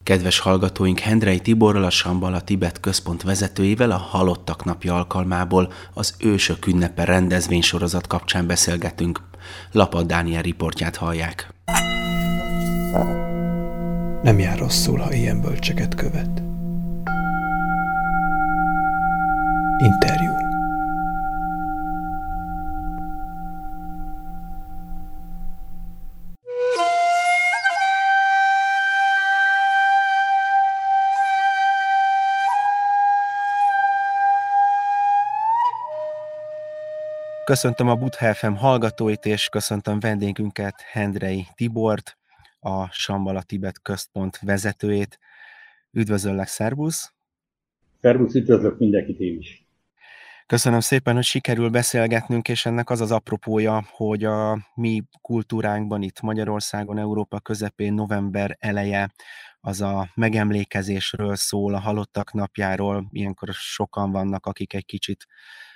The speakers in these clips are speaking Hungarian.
Kedves hallgatóink, Hendrei Tiborral, a Sambala Tibet Központ vezetőjével a Halottak Napja alkalmából az Ősök ünnepe rendezvénysorozat kapcsán beszélgetünk. Lapad Dániel riportját hallják. Nem jár rosszul, ha ilyen bölcseket követ. Interjú. Köszöntöm a Buddha FM hallgatóit, és köszöntöm vendégünket, Hendrei Tibort, a Sambala Tibet Központ vezetőjét. Üdvözöllek, szervusz! Szervusz, üdvözlök mindenkit én is! Köszönöm szépen, hogy sikerül beszélgetnünk, és ennek az az apropója, hogy a mi kultúránkban itt Magyarországon, Európa közepén november eleje, az a megemlékezésről szól, a halottak napjáról. Ilyenkor sokan vannak, akik egy kicsit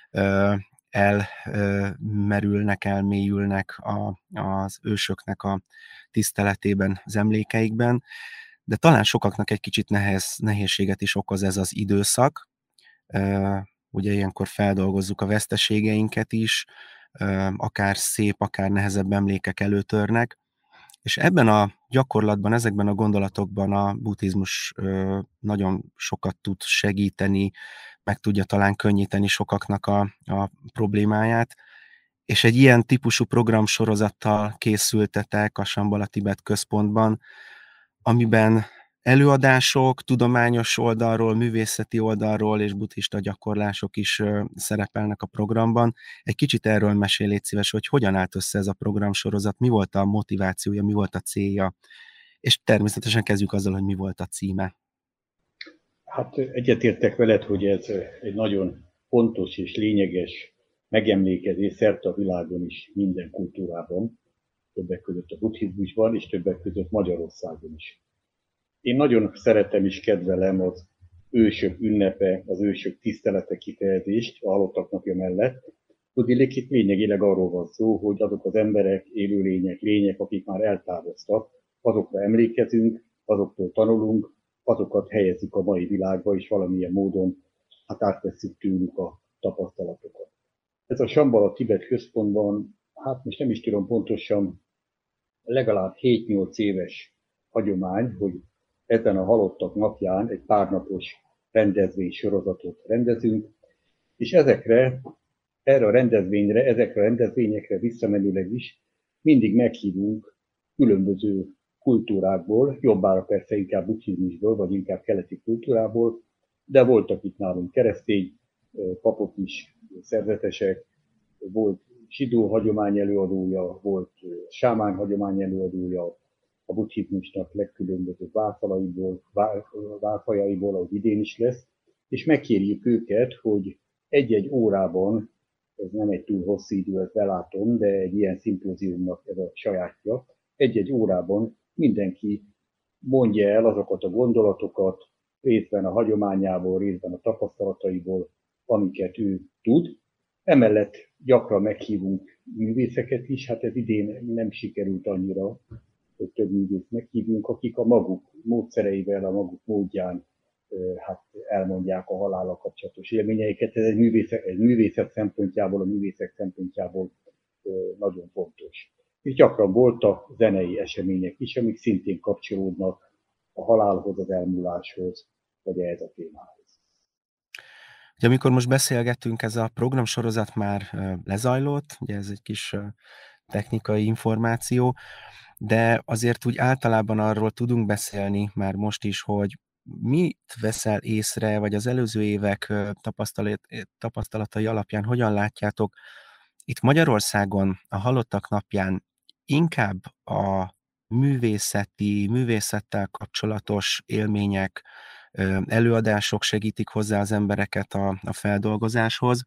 elmerülnek, elmélyülnek az ősöknek a tiszteletében, az emlékeikben, de talán sokaknak egy kicsit nehézséget is okoz ez az időszak. Ugye ilyenkor feldolgozzuk a veszteségeinket is, akár szép, akár nehezebb emlékek előtörnek, és ebben a gyakorlatban, ezekben a gondolatokban a buddhizmus nagyon sokat tud segíteni, meg tudja talán könnyíteni sokaknak a problémáját, és egy ilyen típusú programsorozattal készültetek a Sambala Tibet Központban, amiben előadások, tudományos oldalról, művészeti oldalról és buddhista gyakorlások is szerepelnek a programban. Egy kicsit erről mesél, légy szíves, hogy hogyan állt össze ez a programsorozat, mi volt a motivációja, mi volt a célja, és természetesen kezdjük azzal, hogy mi volt a címe. Hát egyetértek veled, hogy ez egy nagyon fontos és lényeges megemlékezés szerte a világon is, minden kultúrában, többek között a buddhizmusban, és többek között Magyarországon is. Én nagyon szeretem és kedvelem az ősök ünnepe, az ősök tisztelete kifejezést a halottak napja mellett. Tudniillik, itt lényegileg arról van szó, hogy azok az emberek, élőlények, lények, akik már eltávoztak, azokra emlékezünk, azoktól tanulunk, azokat helyezzük a mai világba, és valamilyen módon átvesszük tőlük a tapasztalatokat. Ez a Sambala Tibet Központban, hát most nem is tudom pontosan, legalább 7-8 éves hagyomány, hogy ezen a halottak napján egy párnapos rendezvénysorozatot rendezünk, és ezekre a rendezvényekre visszamenőleg is mindig meghívunk különböző kultúrákból, jobbára persze inkább buddhizmusból, vagy inkább keleti kultúrából, de voltak itt nálunk keresztény papok is, szerzetesek, volt zsidó hagyomány előadója, volt sámán hagyomány előadója, a buddhizmusnak legkülönbözőbb válfajaiból, ahogy idén is lesz, és megkérjük őket, hogy egy-egy órában, ez nem egy túl hosszú idő, ezt belátom, de egy ilyen szimpóziumnak ez a sajátja, egy-egy órában mindenki mondja el azokat a gondolatokat, részben a hagyományából, részben a tapasztalataiból, amiket ő tud. Emellett gyakran meghívunk művészeket is, hát ez idén nem sikerült annyira, hogy több művészt meghívjunk, akik a maguk módszereivel, a maguk módján hát elmondják a halállal kapcsolatos élményeiket. Ez egy művészet szempontjából, a művészek szempontjából nagyon fontos. És gyakran voltak zenei események is, amik szintén kapcsolódnak a halálhoz, az elmúláshoz, vagy ehhez a témához. Ugye, amikor most beszélgettünk, ez a programsorozat már lezajlott, ugye ez egy kis technikai információ, de azért úgy általában arról tudunk beszélni már most is, hogy mit veszel észre, vagy az előző évek tapasztalatai alapján hogyan látjátok itt Magyarországon a halottak napján inkább a művészettel kapcsolatos élmények, előadások segítik hozzá az embereket a feldolgozáshoz,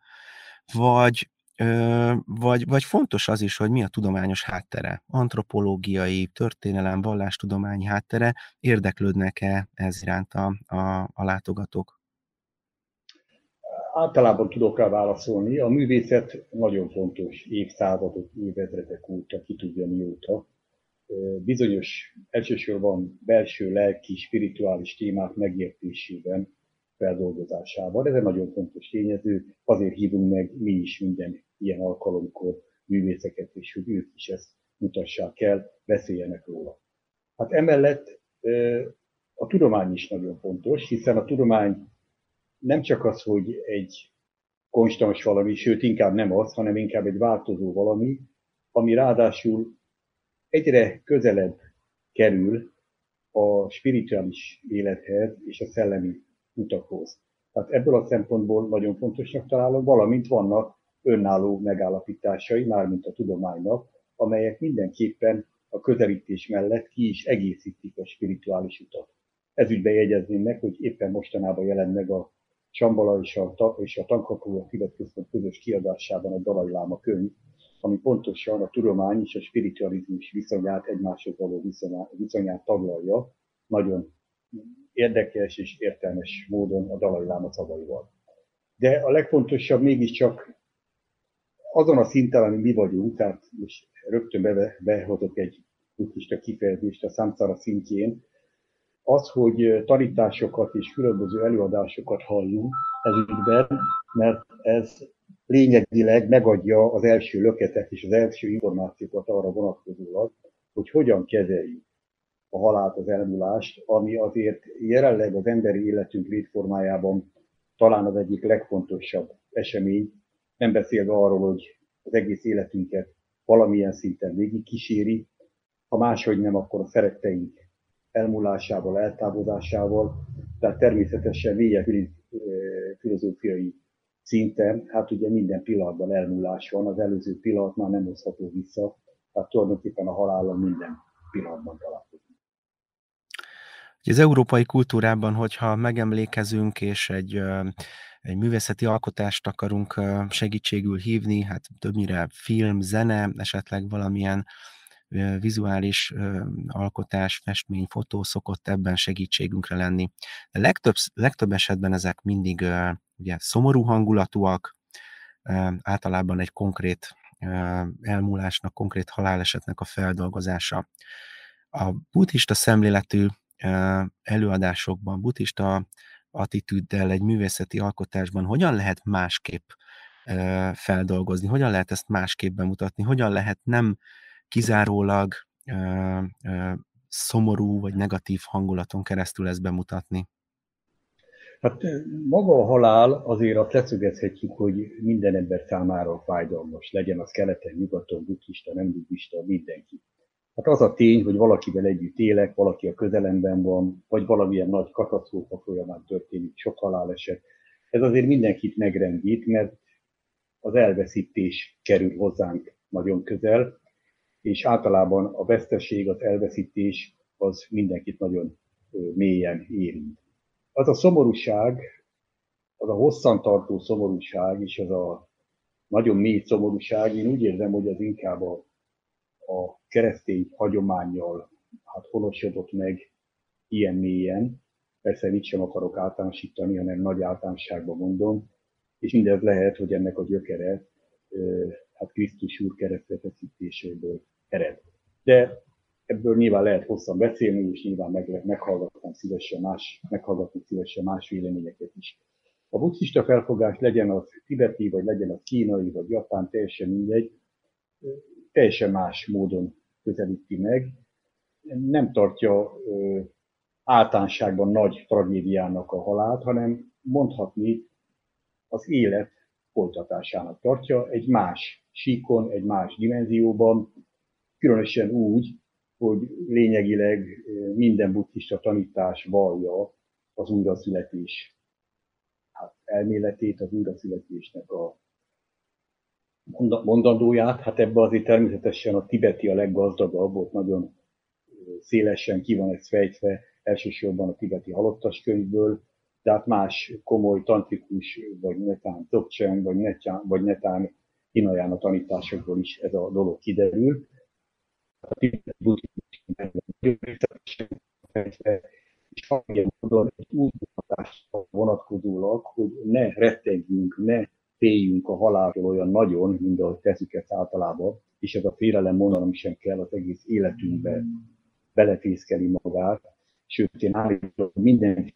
vagy fontos az is, hogy mi a tudományos háttere, antropológiai, történelem, vallástudományi háttere, érdeklődnek-e ez iránt a látogatók? Általában tudok rá válaszolni. A művészet nagyon fontos évszázadok, évezredek óta, ki tudja mióta. bizonyos, elsősorban belső lelki, spirituális témák megértésében, feldolgozásával. Ez egy nagyon fontos tényező, azért hívunk meg mi is minden ilyen alkalomkor művészeket, és hogy ők is ezt mutassák el, beszéljenek róla. Hát emellett a tudomány is nagyon fontos, hiszen a tudomány nem csak az, hogy egy konstans valami, sőt inkább nem az, hanem inkább egy változó valami, ami ráadásul egyre közelebb kerül a spirituális élethez és a szellemi utakhoz. Tehát ebből a szempontból nagyon fontosnak találom, valamint vannak önálló megállapításai, mármint a tudománynak, amelyek mindenképpen a közelítés mellett ki is egészítik a spirituális utat. Ezügyben jegyezném meg, hogy éppen mostanában jelent meg a Shambhala és a Tankapó a Tibetközpont közös kiadásában a Dalai Láma könyv, ami pontosan a tudomány és a spiritualizmus viszonyát, egymáshoz való viszonyát taglalja, nagyon érdekes és értelmes módon a Dalai Láma szavaival. De a legfontosabb mégiscsak azon a szinten, ami mi vagyunk, tehát most rögtön behozok egy buddhista kifejezést a samsara szintjén, az, hogy tanításokat és különböző előadásokat hallunk ezügyben, mert ez lényegileg megadja az első löketet és az első információkat arra vonatkozólag, hogy hogyan kezeljük a halált, az elmúlást, ami azért jelenleg az emberi életünk létformájában talán az egyik legfontosabb esemény, nem beszélve arról, hogy az egész életünket valamilyen szinten végigkíséri, ha máshogy nem, akkor a szeretteink elmúlásával, eltávozásával, tehát természetesen mélyebb filozófiai szinten, hát ugye minden pillanatban elmúlás van, az előző pillanat már nem hozható vissza, tehát tulajdonképpen a halállal minden pillanatban találkozunk. Az európai kultúrában, hogyha megemlékezünk, és egy művészeti alkotást akarunk segítségül hívni, hát többnyire film, zene, esetleg valamilyen vizuális alkotás, festmény, fotó szokott ebben segítségünkre lenni. De legtöbb esetben ezek mindig ugye szomorú hangulatúak, általában egy konkrét elmúlásnak, konkrét halálesetnek a feldolgozása. A buddhista szemléletű előadásokban, buddhista attitűddel egy művészeti alkotásban hogyan lehet másképp feldolgozni, hogyan lehet ezt másképp bemutatni, hogyan lehet nem kizárólag szomorú vagy negatív hangulaton keresztül ezt bemutatni? Hát maga a halál azért azt leszögezhetjük, hogy minden ember számára fájdalmas, legyen az keleten, nyugaton, buddhista, nem buddhista, mindenki. Hát az a tény, hogy valakivel együtt élek, valaki a közelemben van, vagy valamilyen nagy katasztrófa folyamán történik, sok haláleset, ez azért mindenkit megrendít, mert az elveszítés kerül hozzánk nagyon közel, és általában a veszteség, az elveszítés az mindenkit nagyon mélyen érint. Az a szomorúság, az a hosszantartó szomorúság, és az a nagyon mély szomorúság, én úgy érzem, hogy az inkább a keresztény hagyománnyal honosodott meg ilyen mélyen. Persze itt sem akarok általánosítani, hanem nagy általánosságban mondom, és mindez lehet, hogy ennek a gyökere Krisztus Úr keresztre feszítéséből ered. De ebből nyilván lehet hosszan beszélni, és nyilván meghallgatni szívesen más véleményeket is. A buddhista felfogás, legyen az tibeti, vagy legyen az kínai, vagy japán, teljesen mindegy, teljesen más módon közelíti meg. Nem tartja általánosságban nagy tragédiának a halált, hanem mondhatni az élet folytatásának tartja, egy más síkon, egy más dimenzióban, különösen úgy, hogy lényegileg minden buddhista tanítás vallja az újraszületés elméletét, az újraszületésnek a mondandóját. Hát ebben azért természetesen a tibeti a leggazdagabb, ott nagyon szélesen ki van ez fejtve, elsősorban a tibeti halottas könyvből, de hát más komoly tantrikus, vagy netán Dzogchen, vagy netán Hinajána tanításokból is ez a dolog kiderül. A tibeti buddhizmus és valamilyen módon egy új hatásra vonatkozólag, hogy ne rettegjünk, ne féljünk a haláltól olyan nagyon, mint ahogy tesszük ezt általában, és ez a félelem mondanom sem kell, az egész életünkbe belefészkeli magát, sőt, én állítom, mindenféle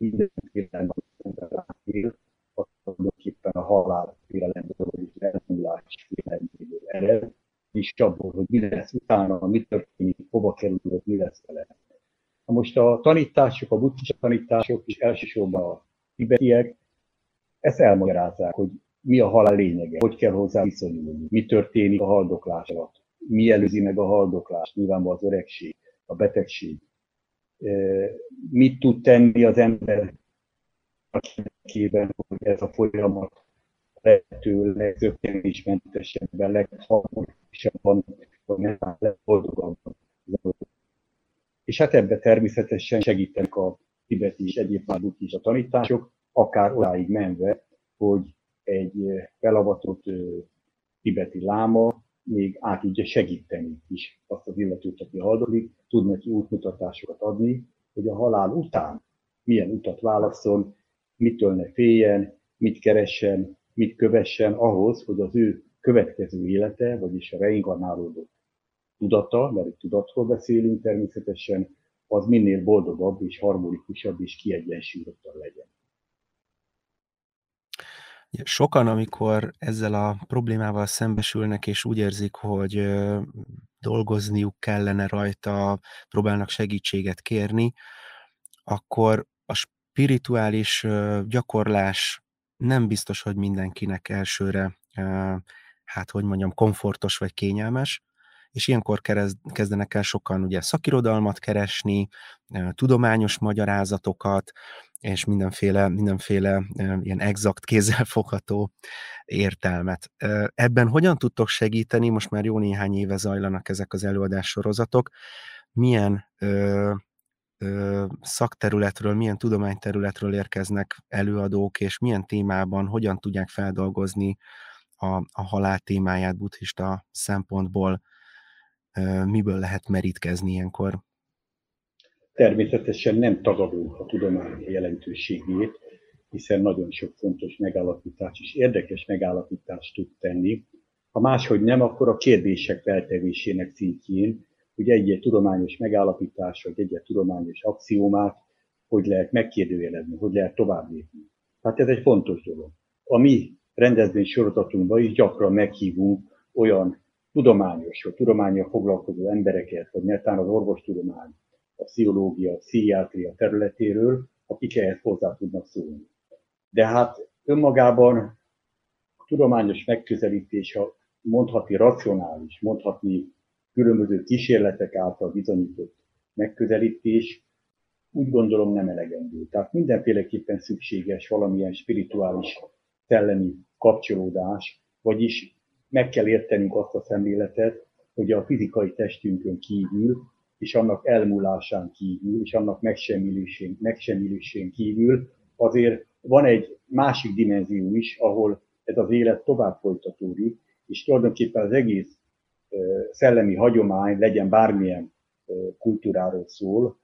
él, az tulajdonképpen a halál félelemből, vagy az elmúlás félelemből ered, és abból, hogy mi lesz utána, mi történik, hova kerül, mi lesz vele. Na most a tanítások, a buddhista tanítások, és elsősorban a tibetiek, ezt elmagyarázzák, hogy mi a halál lényege, hogy kell hozzá viszonyulni, mi történik a haldoklás alatt, mi előzi meg a haldoklást, nyilvánvalóan az öregség, a betegség, mit tud tenni az ember érdekében, hogy ez a folyamat lehető legzökkenésmentesebben, legharmonisabban, vagy legboldogabban. És hát ebben természetesen segítenek a tibeti és egyéb buddhista tanítások, akár odáig menve, hogy egy felavatott tibeti láma még át tudja segíteni is azt az illetőt, aki haldozik, tud neki útmutatásokat adni, hogy a halál után milyen utat válasszon, mitől ne féljen, mit keressen, mit kövessen ahhoz, hogy az ő következő élete, vagyis a reinkarnálódott tudata, mert itt tudatról beszélünk természetesen, az minél boldogabb és harmonikusabb és kiegyensúlyozottabb legyen. Sokan, amikor ezzel a problémával szembesülnek, és úgy érzik, hogy dolgozniuk kellene rajta, próbálnak segítséget kérni, akkor a spirituális gyakorlás nem biztos, hogy mindenkinek elsőre, hát hogy mondjam, komfortos vagy kényelmes, és ilyenkor kezdenek el sokan ugye szakirodalmat keresni, tudományos magyarázatokat, és mindenféle ilyen exakt, kézzelfogható értelmet. Ebben hogyan tudtok segíteni? Most már jó néhány éve zajlanak ezek az előadássorozatok. Milyen szakterületről, milyen tudományterületről érkeznek előadók, és milyen témában, hogyan tudják feldolgozni a halál témáját buddhista szempontból, miből lehet merítkezni ilyenkor? Természetesen nem tagadom a tudomány jelentőségét, hiszen nagyon sok fontos megállapítás és érdekes megállapítást tud tenni. Ha máshogy nem, akkor a kérdések feltevésének szintjén, hogy egy-egy tudományos megállapítás, vagy egy-egy tudományos axiómát, hogy lehet megkérdőjelezni, hogy lehet tovább lépni. Tehát ez egy fontos dolog. A mi rendezvénysorozatunkban is gyakran meghívunk olyan tudományos, vagy tudománnyal foglalkozó embereket, vagy netán az orvostudomány, a pszichológia, a pszichiátria területéről, akik ehhez hozzá tudnak szólni. De hát önmagában a tudományos megközelítés, ha mondhatni racionális, mondhatni különböző kísérletek által bizonyított megközelítés, úgy gondolom nem elegendő. Tehát mindenféleképpen szükséges valamilyen spirituális, szellemi kapcsolódás, vagyis meg kell értenünk azt a szemléletet, hogy a fizikai testünkön kívül, és annak elmúlásán kívül, és annak megsemmisülésén kívül azért van egy másik dimenzió is, ahol ez az élet tovább folytatódik, és tulajdonképpen az egész szellemi hagyomány, legyen bármilyen kultúráról szól,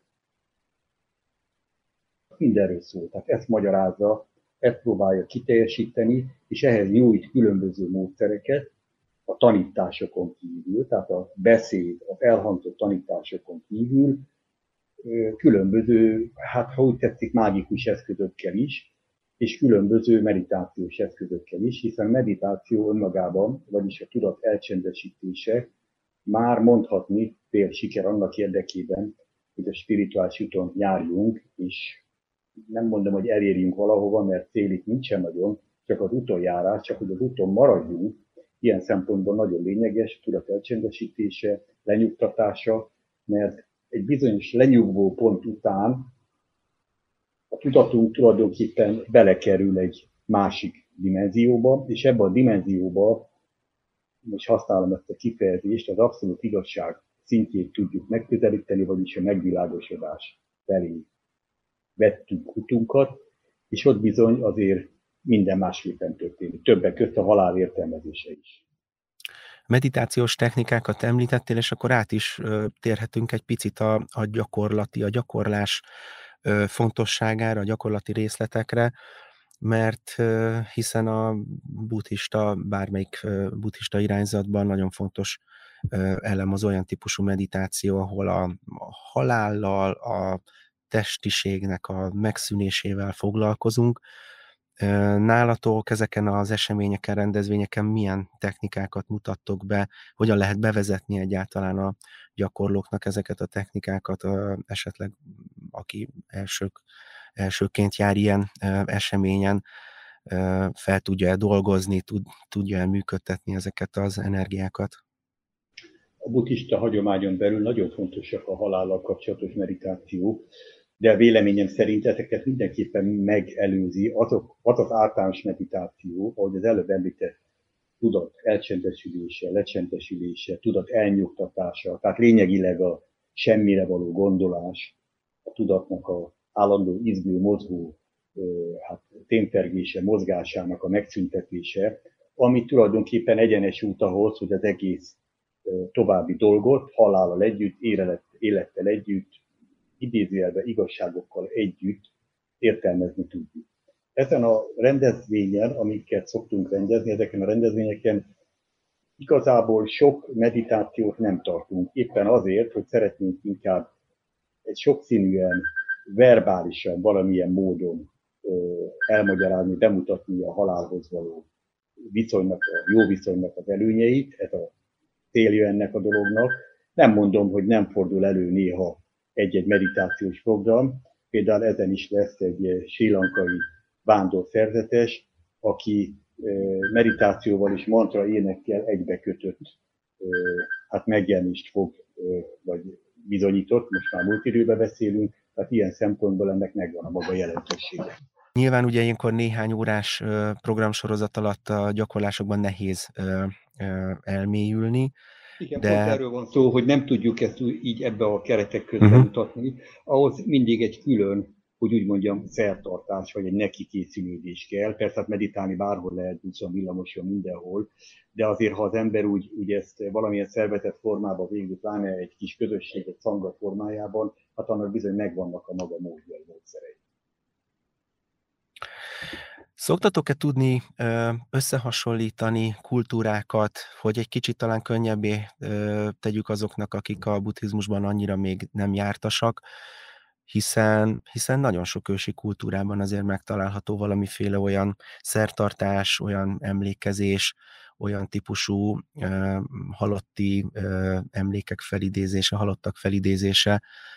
mindenről szól. Tehát ezt magyarázza, ezt próbálja kiteljesíteni, és ehhez nyújt különböző módszereket a tanításokon kívül, tehát a beszéd, az elhangzott tanításokon kívül, különböző, hát ha úgy tetszik, mágikus eszközökkel is, és különböző meditációs eszközökkel is, hiszen meditáció önmagában, vagyis a tudat elcsendesítése már mondhatni fél siker annak érdekében, hogy a spirituális úton járjunk, és nem mondom, hogy elérjünk valahova, mert cél itt nincsen nagyon, csak az úton járás, csak hogy az úton maradjunk, ilyen szempontból nagyon lényeges, tudat elcsendesítése, lenyugtatása, mert egy bizonyos lenyugvó pont után a tudatunk tulajdonképpen belekerül egy másik dimenzióba, és ebben a dimenzióban, most használom ezt a kifejezést, az abszolút igazság szintjét tudjuk megközelíteni, vagyis a megvilágosodás felé vettünk utunkat, és ott bizony azért minden másképpen történik. Többek között a halál értelmezése is. Meditációs technikákat említettél, és akkor át is térhetünk egy picit a gyakorlás fontosságára, a gyakorlati részletekre. mert hiszen a buddhista, bármelyik buddhista irányzatban nagyon fontos elem az olyan típusú meditáció, ahol a halállal, a testiségnek a megszűnésével foglalkozunk. Nálatok ezeken az eseményeken, rendezvényeken milyen technikákat mutattok be, hogyan lehet bevezetni egyáltalán a gyakorlóknak ezeket a technikákat, esetleg aki elsőként jár ilyen eseményen, fel tudja dolgozni, tudja működtetni ezeket az energiákat? A buddhista hagyományon belül nagyon fontosak a halállal kapcsolatos meditációk, de véleményem szerint ezeket mindenképpen megelőzi az az általános meditáció, ahogy az előbb említett tudat elcsendesülése, lecsendesülése, tudat elnyugtatása, tehát lényegileg a semmire való gondolás, a tudatnak a állandó izgő, mozgó témpergése, mozgásának a megszüntetése, ami tulajdonképpen egyenes út ahhoz, hogy az egész további dolgot halállal együtt, élettel együtt, idézőjelben igazságokkal együtt értelmezni tudjuk. Ezen a rendezvényen, amiket szoktunk rendezni, ezeken a rendezvényeken igazából sok meditációt nem tartunk. Éppen azért, hogy szeretnénk inkább egy sokszínűen, verbálisan, valamilyen módon elmagyarázni, bemutatni a halálhoz való viszonynak, a jó viszonynak az előnyeit, ez a célja ennek a dolognak. Nem mondom, hogy nem fordul elő néha egy-egy meditációs program, például ezen is lesz egy srí lankai vándorszerzetes, aki meditációval és mantra énekkel egybekötött megjelenést fog, vagy bizonyított, most már múlt időben beszélünk, tehát ilyen szempontból ennek megvan a maga jelentősége. Nyilván ugye ilyenkor néhány órás programsorozat alatt a gyakorlásokban nehéz elmélyülni. Igen, de pont erről van szó, hogy nem tudjuk ezt így ebbe a keretek közben mutatni. Ahhoz mindig egy külön, hogy úgy mondjam, szertartás, vagy egy nekikészülődés kell. Persze hát meditálni bárhol lehet, buszon, villamoson, mindenhol, de azért, ha az ember úgy ezt valamilyen szervezett formában végül, pláne egy kis közösség, egy szanga formájában, hát annak bizony megvannak a maga módjai, módszerei. Szoktatok-e tudni összehasonlítani kultúrákat, hogy egy kicsit talán könnyebbé tegyük azoknak, akik a buddhizmusban annyira még nem jártasak, hiszen nagyon sok ősi kultúrában azért megtalálható valamiféle olyan szertartás, olyan emlékezés, olyan típusú halotti emlékek felidézése, halottak felidézése,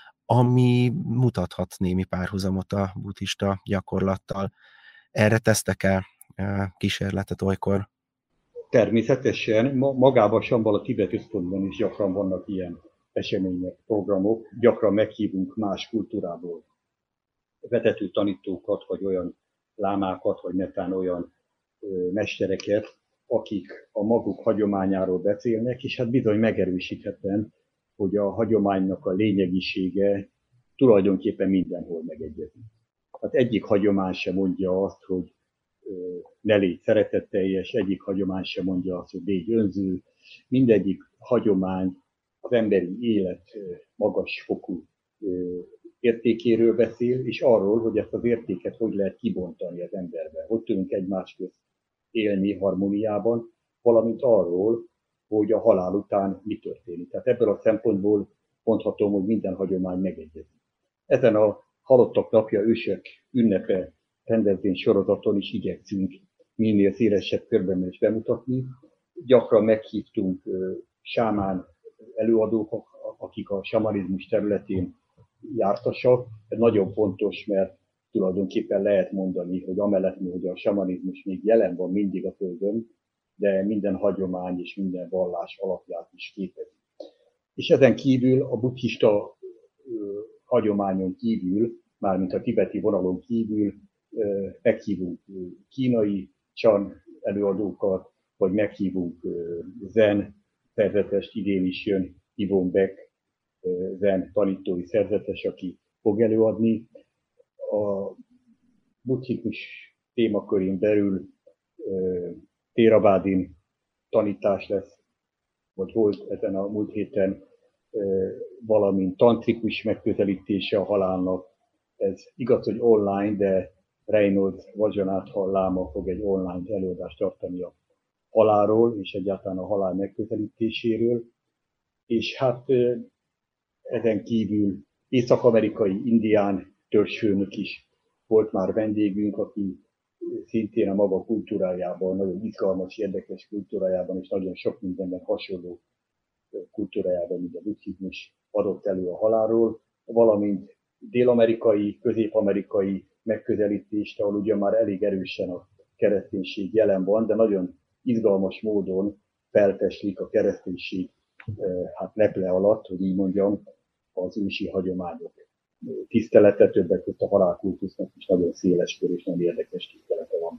ami mutathat némi párhuzamot a buddhista gyakorlattal. Erre tesztek el kísérletet olykor? Természetesen. Magában Shambhala Tibet Központban is gyakran vannak ilyen események, programok. Gyakran meghívunk más kultúrából vezető tanítókat, vagy olyan lámákat, vagy netán olyan mestereket, akik a maguk hagyományáról beszélnek, és hát bizony megerősíthetem, hogy a hagyománynak a lényegisége tulajdonképpen mindenhol megegyezik. Hát egyik hagyomány sem mondja azt, hogy ne légy szeretetteljes, egyik hagyomány sem mondja azt, hogy légy önző. Mindegyik hagyomány az emberi élet magas fokú értékéről beszél, és arról, hogy ezt az értéket hogy lehet kibontani az emberben, hogy tudunk egymás közt élni harmóniában, valamint arról, hogy a halál után mi történik. Tehát ebből a szempontból mondhatom, hogy minden hagyomány megegyezik. Ezen a Halottak napja, ősök ünnepe rendezvény sorozaton is igyekszünk minél szélesebb körben is bemutatni. Gyakran meghívtunk sámán előadók, akik a samanizmus területén jártasak. Ez nagyon fontos, mert tulajdonképpen lehet mondani, hogy amellett, hogy a samanizmus még jelen van mindig a Földön, de minden hagyomány és minden vallás alapját is képezi. És ezen kívül a buddhista hagyományon kívül, mármint a tibeti vonalon kívül meghívunk kínai csan előadókat, vagy meghívunk zen szerzetest, idén is jön Yvonne Beck, zen tanítói szerzetes, aki fog előadni. A buddhizmus témakörén belül Théravádin tanítás lesz, vagy volt ezen a múlt héten, valamint tantrikus megközelítése a halálnak. Ez igaz, hogy online, de Reynolds Vazsonátha láma fog egy online előadást tartani a halálról, és egyáltalán a halál megközelítéséről. És hát ezen kívül észak-amerikai indián törzsfőnök is volt már vendégünk, aki szintén a maga kultúrájában, nagyon izgalmas, érdekes kultúrájában, és nagyon sok mindenben hasonló kultúrájában, mint a buddhizmus adott elő a halálról, valamint dél-amerikai, közép-amerikai megközelítést, ahol ugye már elég erősen a kereszténység jelen van, de nagyon izgalmas módon felfestik a kereszténység leple alatt, hogy így mondjam, az ősi hagyományok tisztelete, többek között a halálkultusznak is nagyon széles kör és nagyon érdekes tisztelete van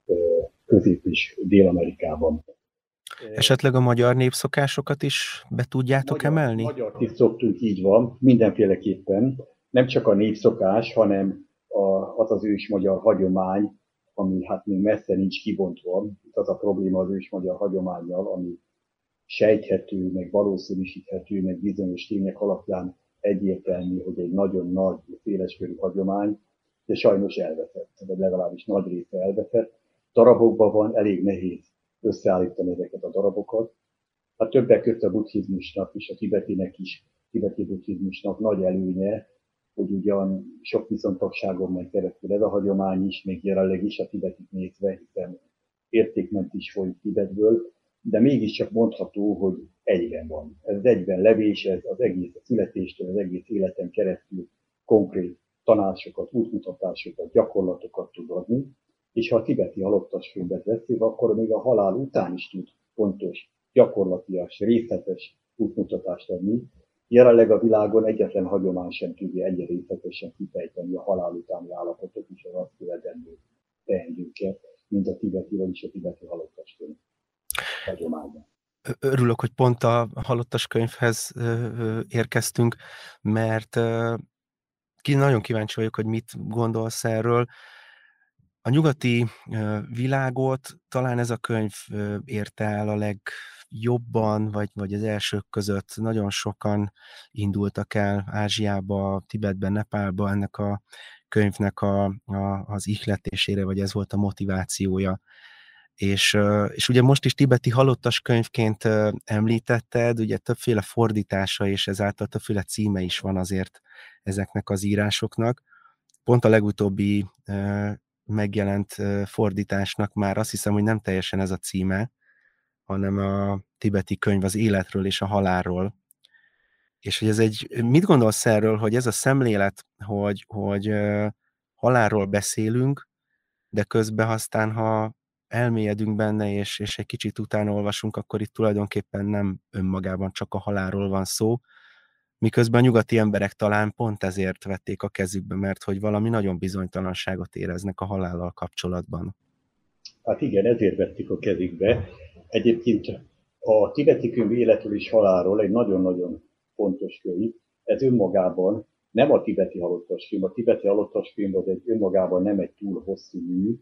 Közép- és Dél-Amerikában. Esetleg a magyar népszokásokat is be tudjátok emelni? Magyart is szoktunk, így van, mindenféleképpen. Nem csak a népszokás, hanem az az ős magyar hagyomány, ami hát még messze nincs kibontva. Itt az a probléma az ős magyar hagyománnyal, ami sejthető, meg valószínűsíthető, meg bizonyos tények alapján egyértelmű, hogy egy nagyon nagy, széleskörű hagyomány, de sajnos elveszett, vagy legalábbis nagy része elveszett. Darabokban van, elég nehéz összeállítani ezeket a darabokat. Hát többek között a buddhizmusnak és a tibeti buddhizmusnak nagy előnye, hogy ugyan sok viszontagságon megy keresztül ez a hagyomány is, még jelenleg is a tibetit nézve, hiszen értékment is folyik Tibetből, de mégiscsak mondható, hogy egyben van. Ez egyben levés, ez az egész a születéstől, az egész életen keresztül konkrét tanácsokat, útmutatásokat, gyakorlatokat tud adni, és ha a tibeti halottas könyvet veszik, akkor még a halál után is tud pontos, gyakorlatias, részletes útmutatást adni. Jelenleg a világon egyetlen hagyomány sem tudja egyre részletesen kifejteni a halál utáni állapotot és az azt követendő teendőket, mint a tibeti, vagyis a tibeti halottas könyv hagyománya. Örülök, hogy pont a halottas könyvhez érkeztünk, mert nagyon kíváncsi vagyok, hogy mit gondolsz erről. A nyugati világot talán ez a könyv érte el a legjobban, vagy az elsők között. Nagyon sokan indultak el Ázsiába, Tibetben, Nepálba ennek a könyvnek az ihletésére, vagy ez volt a motivációja. És ugye most is tibeti halottas könyvként említetted, ugye többféle fordítása és ezáltal többféle címe is van azért ezeknek az írásoknak. Pont a legutóbbi megjelent fordításnak már azt hiszem, hogy nem teljesen ez a címe, hanem a tibeti könyv az életről és a halálról. És hogy mit gondolsz erről, hogy ez a szemlélet, hogy halálról beszélünk, de közben aztán, ha elmélyedünk benne, és egy kicsit utána olvasunk, akkor itt tulajdonképpen nem önmagában csak a halálról van szó, miközben a nyugati emberek talán pont ezért vették a kezükbe, mert hogy valami nagyon bizonytalanságot éreznek a halállal kapcsolatban. Hát igen, ezért vettük a kezükbe. Egyébként a tibeti könyv életről és halálról egy nagyon-nagyon fontos könyv. Ez önmagában nem a tibeti halottas film. A tibeti halottas film az egy önmagában nem egy túl hosszú mű,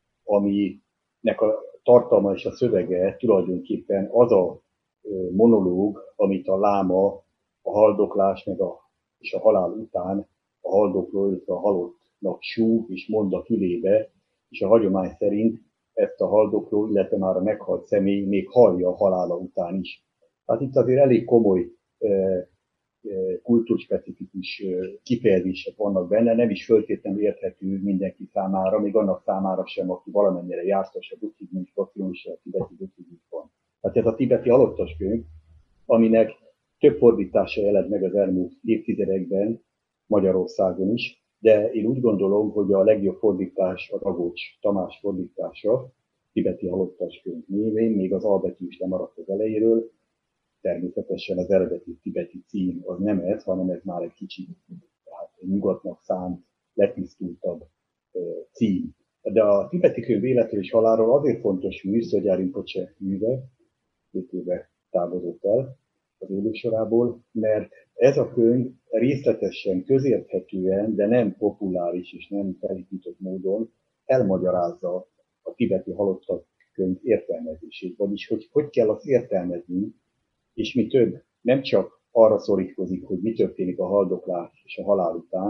aminek a tartalma és a szövege tulajdonképpen az a monológ, amit a láma a haldoklás és a halál után a haldokló, illetve a halottnak súg és mond a fülébe, és a hagyomány szerint ezt a haldokló, illetve már a meghalt személy még hallja a halála után is. Tehát itt azért elég komoly kultúrspecifikus kifejezések vannak benne, nem is föltétlenül érthető mindenki számára, még annak számára sem, aki valamennyire jártas a buddhizmusban, és a tibeti buddhizmusban. Tehát ez a tibeti halottas könyv, aminek több fordítása jelent meg az elmúlt évtizedekben Magyarországon is, de én úgy gondolom, hogy a legjobb fordítás a Ragócs Tamás fordítása, tibeti halottas könyv névén, még az albetű is lemaradt az elejéről. Természetesen az eredeti tibeti cím az nem ez, hanem ez már egy kicsit nyugatnak szánt, letisztultabb cím. De a tibeti könyv életről és halálról azért fontos mű, Szögyár Rinpoche műve, 2 éve távozott el az élősorából, mert ez a könyv részletesen, közérthetően, de nem populáris és nem felhított módon elmagyarázza a tibeti halottak könyv értelmezését, vagyis hogy kell azt értelmezni, és mi több, nem csak arra szorítkozik, hogy mi történik a haldoklás és a halál után,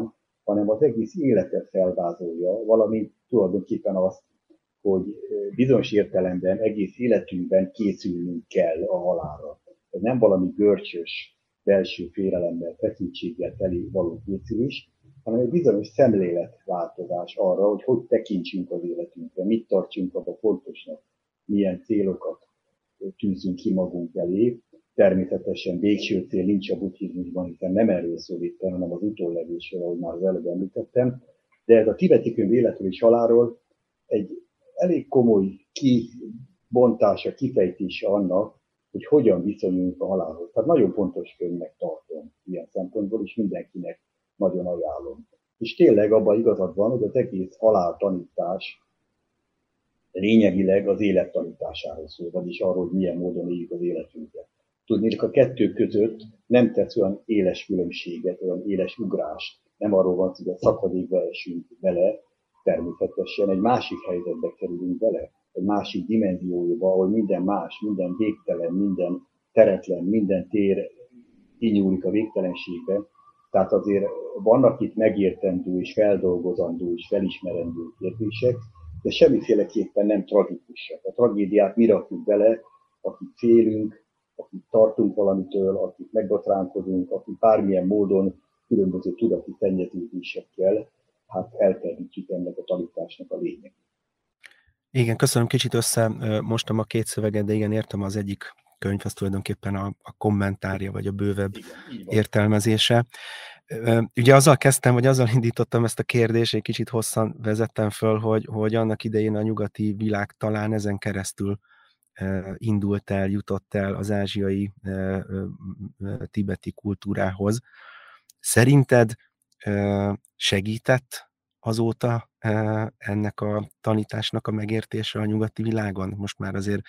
hanem az egész életet felvázolja, valamint tulajdonképpen azt, hogy bizonyos értelemben egész életünkben készülnünk kell a halálra. Ez nem valami görcsös, belső félelemmel, feszültséggel teli való készülés, hanem egy bizonyos szemléletváltozás arra, hogy tekintsünk az életünkre, mit tartsunk abba fontosnak, milyen célokat tűzünk ki magunk elé. Természetesen végső cél nincs a buddhizmusban, hiszen nem erről szól itt, hanem az utólevésről, ahogy már az előbb említettem. De ez a tibeti könyv életről és halálról egy elég komoly kibontása, kifejtése annak, hogy hogyan viszonyulunk a halálhoz. Tehát nagyon fontos könyvnek tartom ilyen szempontból, és mindenkinek nagyon ajánlom. És tényleg abban igazad van, hogy az egész haláltanítás lényegileg az élet tanításáról szól, vagyis arról, hogy milyen módon éljük az életünket. Tudnék, a kettő között nem tesz olyan éles különbséget, olyan éles ugrást. Nem arról van szó, hogy a szakadékba esünk bele, természetesen egy másik helyzetbe kerülünk bele, egy másik dimenziójába, ahol minden más, minden végtelen, minden teretlen, minden tér kinyúlik a végtelenségbe. Tehát azért vannak itt megértendő és feldolgozandó és felismerendő kérdések, de semmiféleképpen nem tragikusak. A tragédiát mi rakjuk bele, akik félünk, akik tartunk valamitől, akik megbotránkozunk, akik bármilyen módon különböző tudati szennyeződésekkel elterítjük ennek a tanításnak a lényegét. Igen, köszönöm, kicsit mostam a két szöveget, de igen, értem, az egyik könyv, az tulajdonképpen a kommentárja, vagy a bővebb értelmezése. Ugye azzal kezdtem, vagy azzal indítottam ezt a kérdést, egy kicsit hosszan vezettem föl, hogy annak idején a nyugati világ talán ezen keresztül indult el, jutott el az ázsiai tibeti kultúrához. Szerinted segített azóta ennek a tanításnak a megértése a nyugati világon? Most már azért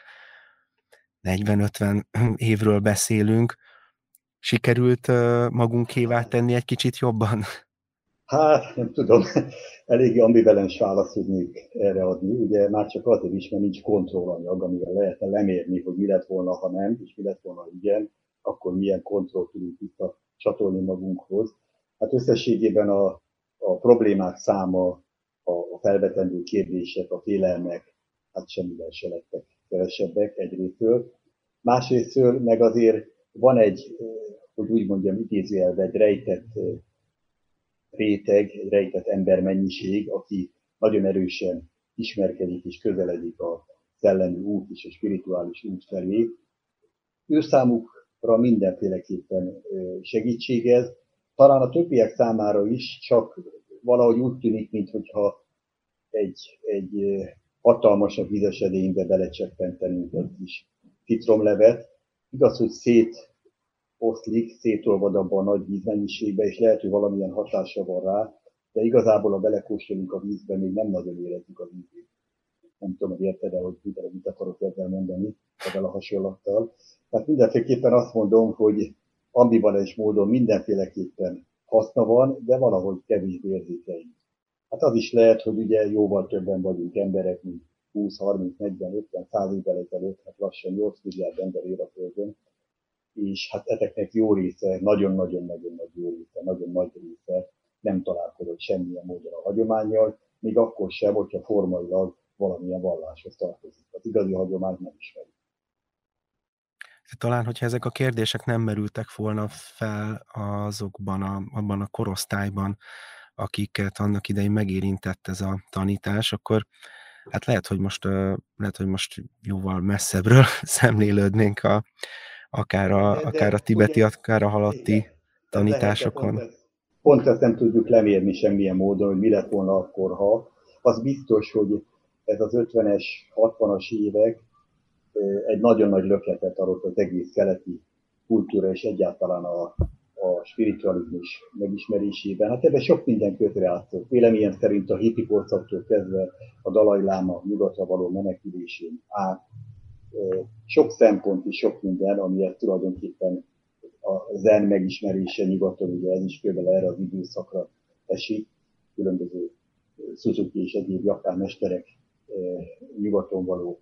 40-50 évről beszélünk. Sikerült magunkévá tenni egy kicsit jobban? Hát, nem tudom, eléggé ambivalens választ tudnék erre adni. Ugye már csak azért is, mert nincs kontrollanyag, amivel lehetne lemérni, hogy mi lett volna, ha nem, és mi lett volna, ha igen, akkor milyen kontrollt tudunk csatolni magunkhoz. Hát összességében a problémák száma, a felvetendő kérdések, a félelmek, hát semmivel se lettek kevesebbek egyrésztől. Másrésztől meg azért van egy, hogy úgy mondjam, idézőjelben egy rejtett réteg, egy rejtett embermennyiség, aki nagyon erősen ismerkedik és közeledik a szellemi út és a spirituális út felé. Ő számukra mindenféleképpen segítségez, talán a többiek számára is, csak valahogy úgy tűnik, mintha egy hatalmasabb vizes edénybe belecseppentenünk egy kis citromlevet. Igaz, hogy szétoszlik, szétolvad abban a nagy vízmennyiségbe, és lehet, hogy valamilyen hatása van rá, de igazából, ha belekóstolunk a vízbe, még nem nagyon érezzük a vízét. Nem tudom, hogy érted el, hogy mit akarok ezzel mondani, ezzel a hasonlattal. Tehát mindenféleképpen azt mondom, hogy ambivalens módon mindenféleképpen haszna van, de valahogy kevésbé érzékeljük. Hát az is lehet, hogy ugye jóval többen vagyunk emberek, mint 20, 30, 40, 50, 100 évvel ezelőtt, hát lassan 8 milliárd ember él a Földön, és hát ezeknek jó része, nagyon-nagyon-nagyon nagy jó része, nagyon nagy része nem találkozott semmilyen módon a hagyománnyal, még akkor sem, hogyha formailag valamilyen valláshoz tartozik. Az igazi hagyományt nem ismerik. Talán, hogyha ezek a kérdések nem merültek volna fel abban a korosztályban, akiket annak idején megérintett ez a tanítás, akkor hát lehet, hogy most jóval messzebbről szemlélődnénk akár a tibeti, akár a halatti tanításokon. Pont ezt nem tudjuk lemérni semmilyen módon, hogy mi lett volna akkor, ha. Az biztos, hogy ez az 50-es, 60-as évek egy nagyon nagy löketet adott az egész keleti kultúra és egyáltalán a spiritualizmus megismerésében. Hát ebben sok minden közrejátszott. Véleményem szerint a hippi korszaktól kezdve a Dalai Láma nyugatra való menekülésén át. Sok szempont és sok minden, amiért tulajdonképpen a zen megismerése nyugaton, ugye ez is például erre az időszakra esik, különböző Suzuki és egyéb japán mesterek nyugaton való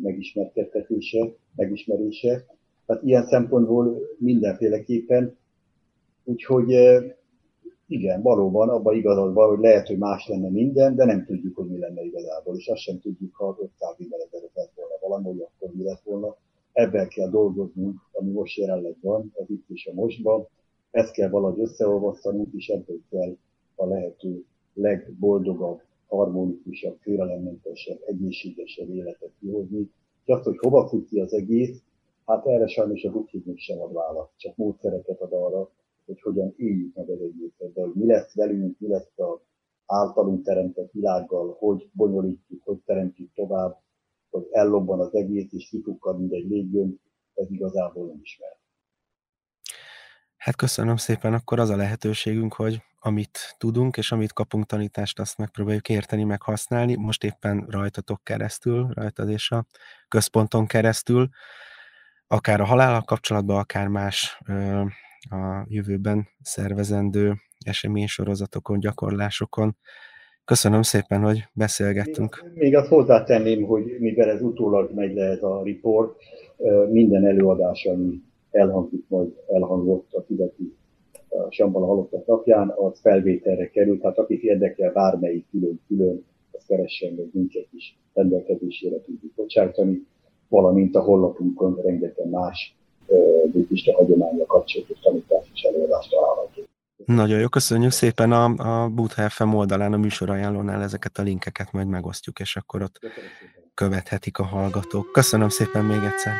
megismerése. Tehát ilyen szempontból mindenféleképpen. Úgyhogy Igen, valóban, abban igazad van, hogy lehet, hogy más lenne minden, de nem tudjuk, hogy mi lenne igazából. És azt sem tudjuk, ha 500 évvel ezelőtt lett volna valami, akkor mi lett volna. Ebben kell dolgoznunk, ami most jelenleg van, az itt és a mostban. Ezt kell valahogy összeolvasztanunk, és ebből kell a lehető legboldogabb, harmonikusabb, félelemmentesebb, egészségesebb életet kihozni. És azt, hogy hova fut ki az egész, hát erre sajnos a buddhizmus sem ad választ, csak módszereket ad arra, hogy hogyan éljük meg az egészet, de hogy mi lesz velünk, mi lesz az általunk teremtett világgal, hogy bonyolítjuk, hogy teremtjük tovább, hogy ellobban az egész, és kipukkad, mint egy léggömb, ez igazából nem ismer. Hát köszönöm szépen, akkor az a lehetőségünk, hogy amit tudunk, és amit kapunk tanítást, azt megpróbáljuk érteni, meg használni, most éppen rajtatok keresztül, rajtad és a központon keresztül, akár a halállal kapcsolatban, akár más a jövőben szervezendő eseménysorozatokon, gyakorlásokon. Köszönöm szépen, hogy beszélgettünk. Még azt hozzátenném, hogy mivel ez utólag megy le ez a report, minden előadás, ami elhangzott a tibeti Shambhala halottak napján, az felvételre került, tehát akit érdekel bármelyik külön-külön, azt keressen meg minket is rendelkezésére tudjuk bocsájtani, valamint a honlapunkon rengeteg más buddhista hagyományra kapcsolatos tanítás és előadást található. Nagyon jó, köszönjük szépen, a Buddha FM oldalán, a műsorajánlónál ezeket a linkeket majd megosztjuk, és akkor ott követhetik a hallgatók. Köszönöm szépen még egyszer!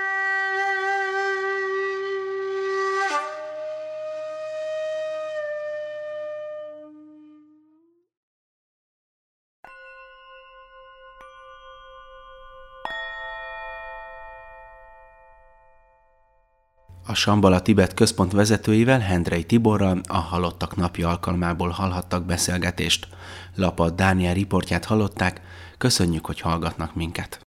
A Shambhala Tibet központ vezetőivel, Hendrei Tiborral a Halottak napja alkalmából hallhattak beszélgetést. Lapad Dániel riportját hallották, köszönjük, hogy hallgatnak minket.